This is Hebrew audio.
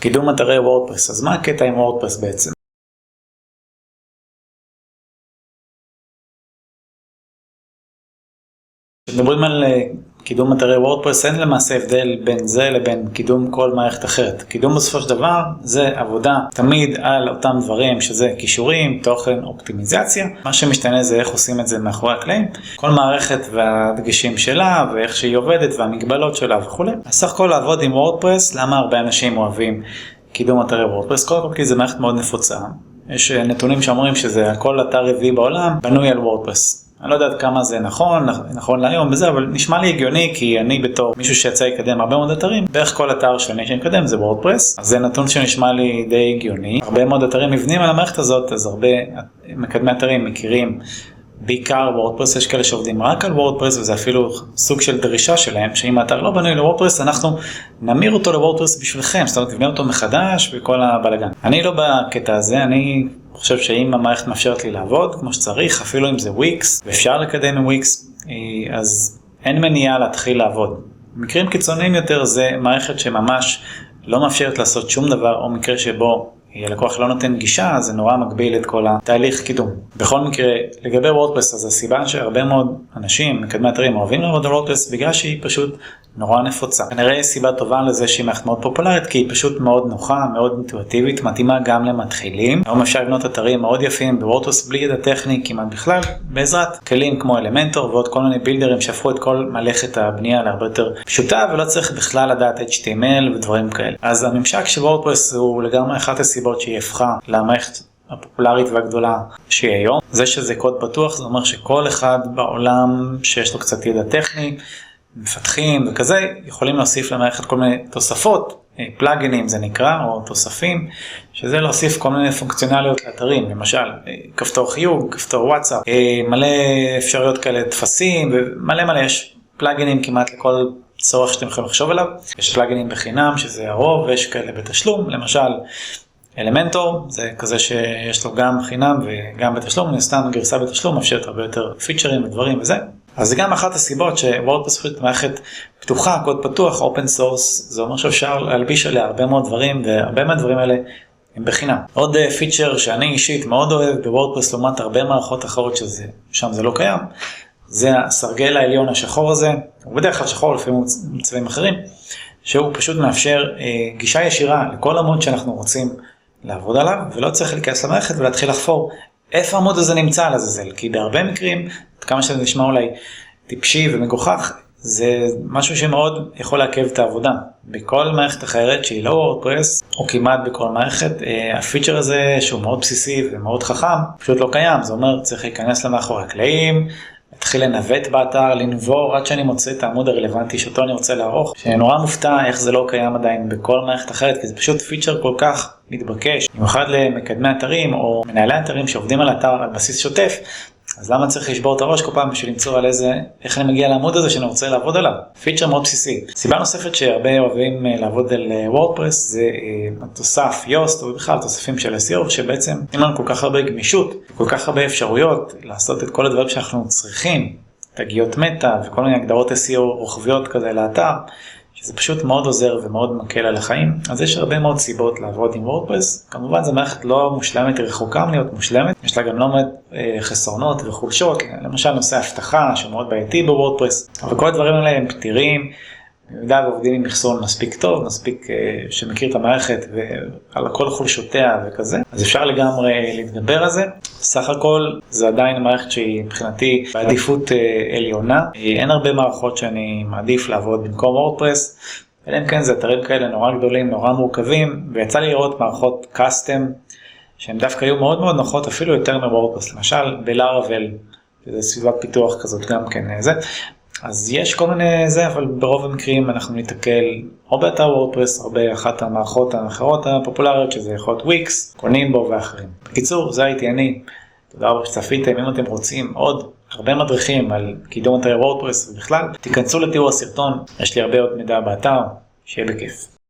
קידום אתרי וורדפרס. אז מה הקטע עם וורדפרס בעצם? כשמדברים על קידום אתרי וורדפרס, אין למעשה הבדל בין זה לבין קידום כל מערכת אחרת. קידום בסופו של דבר זה עבודה תמיד על אותם דברים, שזה קישורים, תוכן, אופטימיזציה. מה שמשתנה זה איך עושים את זה מאחורי הקלעים. כל מערכת והדגשים שלה ואיך שהיא עובדת והמגבלות שלה וכו'. אז סך הכל לעבוד עם וורדפרס, למה הרבה אנשים אוהבים קידום אתרי וורדפרס? קודם כל כי זה מערכת מאוד נפוצה. יש נתונים שאומרים שזה כל אתר רביעי בעולם בנוי על וורדפרס. אני לא יודעת כמה זה נכון להיום בזה, אבל נשמע לי הגיוני, כי אני בתור מישהו שיצא לקדם הרבה מאוד אתרים, בערך כל אתר שאני מקדם זה וורדפרס, אז זה נתון שנשמע לי די הגיוני. הרבה מאוד אתרים מבנים על המערכת הזאת, אז הרבה מקדמי אתרים מכירים בעיקר וורדפרס, יש כאלה שעובדים רק על וורדפרס, וזה אפילו סוג של דרישה שלהם, שאם האתר לא בנוי לוורדפרס, אנחנו נמיר אותו לוורדפרס בשבילכם, זאת אומרת, נבנה אותו מחדש וכל הבלגן. אני לא בקטע הזה, אני חושב שאם המערכת מאפשרת לי לעבוד כמו שצריך, אפילו אם זה וויקס, ואפשר לקדם עם וויקס, אז אין מניעה להתחיל לעבוד. מקרים קיצוניים יותר זה מערכת שממש לא מאפשרת לעשות שום דבר, או מקרה שבו הלקוח לא נותן גישה, זה נורא מגביל את כל התהליך קידום. בכל מקרה, לגבי וורדפרס, אז הסיבה שהרבה מאוד אנשים, מקדמי אתרים, אוהבים לעבוד על וורדפרס, בגלל שהיא פשוט נורא נפוצה. כנראה יש סיבה טובה לזה שהיא מערכת מאוד פופולרית, כי היא פשוט מאוד נוחה, מאוד אינטואיטיבית, מתאימה גם למתחילים. היום אפשר לבנות אתרים מאוד יפים בוורדפרס בלי ידע טכני כמעט בכלל, בעזרת כלים כמו אלמנטור ועוד כל מיני בילדרים שהפכו את כל מלאכת הבנייה להרבה יותר פשוטה, ולא צריך בכלל לדעת HTML ודברים כאלה. אז הממשק של וורדפרס הוא לגמרי אחת הסיבות שהיא הפכה למערכת הפופולרית והגדולה שהיא היום. זה שזה קוד פתוח, זה אומר שכל אחד בעולם שיש לו קצת ידע טכני, מפתחים וכזה, יכולים להוסיף למערכת כל מיני תוספות, פלאגינים זה נקרא, או תוספים, שזה להוסיף כל מיני פונקציונליות לאתרים, למשל, כפתור חיוג, כפתור וואטסאפ, מלא אפשרויות כאלה, תפסים, ומלא יש פלאגינים כמעט לכל צורך שאתם יכולים לחשוב עליו. יש פלאגינים בחינם, שזה הרוב, ויש כאלה בתשלום, למשל, אלמנטור, זה כזה שיש לו גם חינם וגם בתשלום, נסתם גרסה בתשלום, מאפשרת הרבה יותר פיצ'רים ודברים וזה. אז זה גם אחת הסיבות שוורדפרס היא מערכת פתוחה, קוד פתוח, אופן סורס, זה אומר שאפשר להלביש עליה הרבה מאוד דברים, והרבה מהדברים האלה הם בחינם. עוד פיצ'ר שאני אישית מאוד אוהב בוורדפרס לעומת הרבה מערכות אחרות ששם זה לא קיים, זה הסרגל העליון השחור הזה, הוא בדרך כלל שחור לפעמים צבעים אחרים, שהוא פשוט מאפשר גישה ישירה לכל עמוד שאנחנו רוצים לעבוד עליו, ולא צריך להיכנס למערכת ולהתחיל לחפור איפה העמוד הזה נמצא על הזזל, כי בהרבה מקרים, כמה שזה נשמע אולי טיפשי ומגוחך, זה משהו שמאוד יכול לעכב את העבודה. בכל מערכת אחרת שהיא לא וורדפרס, או כמעט בכל מערכת, הפיצ'ר הזה שהוא מאוד בסיסי ומאוד חכם, פשוט לא קיים. זה אומר, צריך להיכנס למאחורי הקלעים, להתחיל לנווט באתר, לנבור עד שאני מוצא את העמוד הרלוונטי שאותו אני רוצה לערוך. שנורא מופתע איך זה לא קיים עדיין בכל מערכת אחרת, כי זה פשוט פיצ'ר כל כך מתבקש. במיוחד למקדמי אתרים או מנהלי אתרים שעובדים על אתר על בסיס שוטף, אז למה צריך לשבור את הראש כל פעם בשביל למצוא על איך אני מגיע לעמוד הזה שאני רוצה לעבוד עליו? פיצ'ר מאוד בסיסי. סיבה נוספת שהרבה אוהבים לעבוד על וורדפרס זה התוסף יוסט, ובכלל תוספים של SEO, שבעצם אין לנו כל כך הרבה גמישות, כל כך הרבה אפשרויות לעשות את כל הדברים שאנחנו צריכים, תגיות מטא וכל מיני הגדרות SEO רוחביות כזה לאתר, שזה פשוט מאוד עוזר ומאוד מקל על החיים. אז יש הרבה מאוד סיבות לעבוד עם וורדפרס. כמובן זו מערכת לא מושלמת, היא רחוקה מלהיות מושלמת. יש לה גם לא מעט חסרונות וחולשות, למשל נושא הבטחה שמאוד בעייתי בוורדפרס. אבל כל הדברים האלה הם פתירים, במידה ועובדים עם מחסון מספיק טוב, מספיק שמכיר את המערכת ועל כל חולשותיה וכזה. אז אפשר לגמרי להתגבר על זה. סך הכל זה עדיין מערכת שהיא מבחינתי בעדיפות עליונה. אין הרבה מערכות שאני מעדיף לעבוד במקום וורדפרס, אלא אם כן זה אתרים כאלה נורא גדולים, נורא מורכבים, ויצא לי לראות מערכות קאסטם שהן דווקא היו מאוד מאוד נוחות, אפילו יותר מוורדפרס. למשל בלארוול, שזה סביבת פיתוח כזאת גם כן זה. אז יש כל מיני זה, אבל ברוב המקרים אנחנו ניתקל או באתר וורדפרס, או באחת המערכות האחרות הפופולריות, שזה יכול להיות וויקס, קונים בו ואחרים. בקיצור, זה הייתי אני. תודה רבה שצפיתם. אם אתם רוצים עוד הרבה מדריכים על קידום אתרי וורדפרס ובכלל, תיכנסו לתיאור הסרטון, יש לי הרבה עוד מידע באתר, שיהיה בכיף.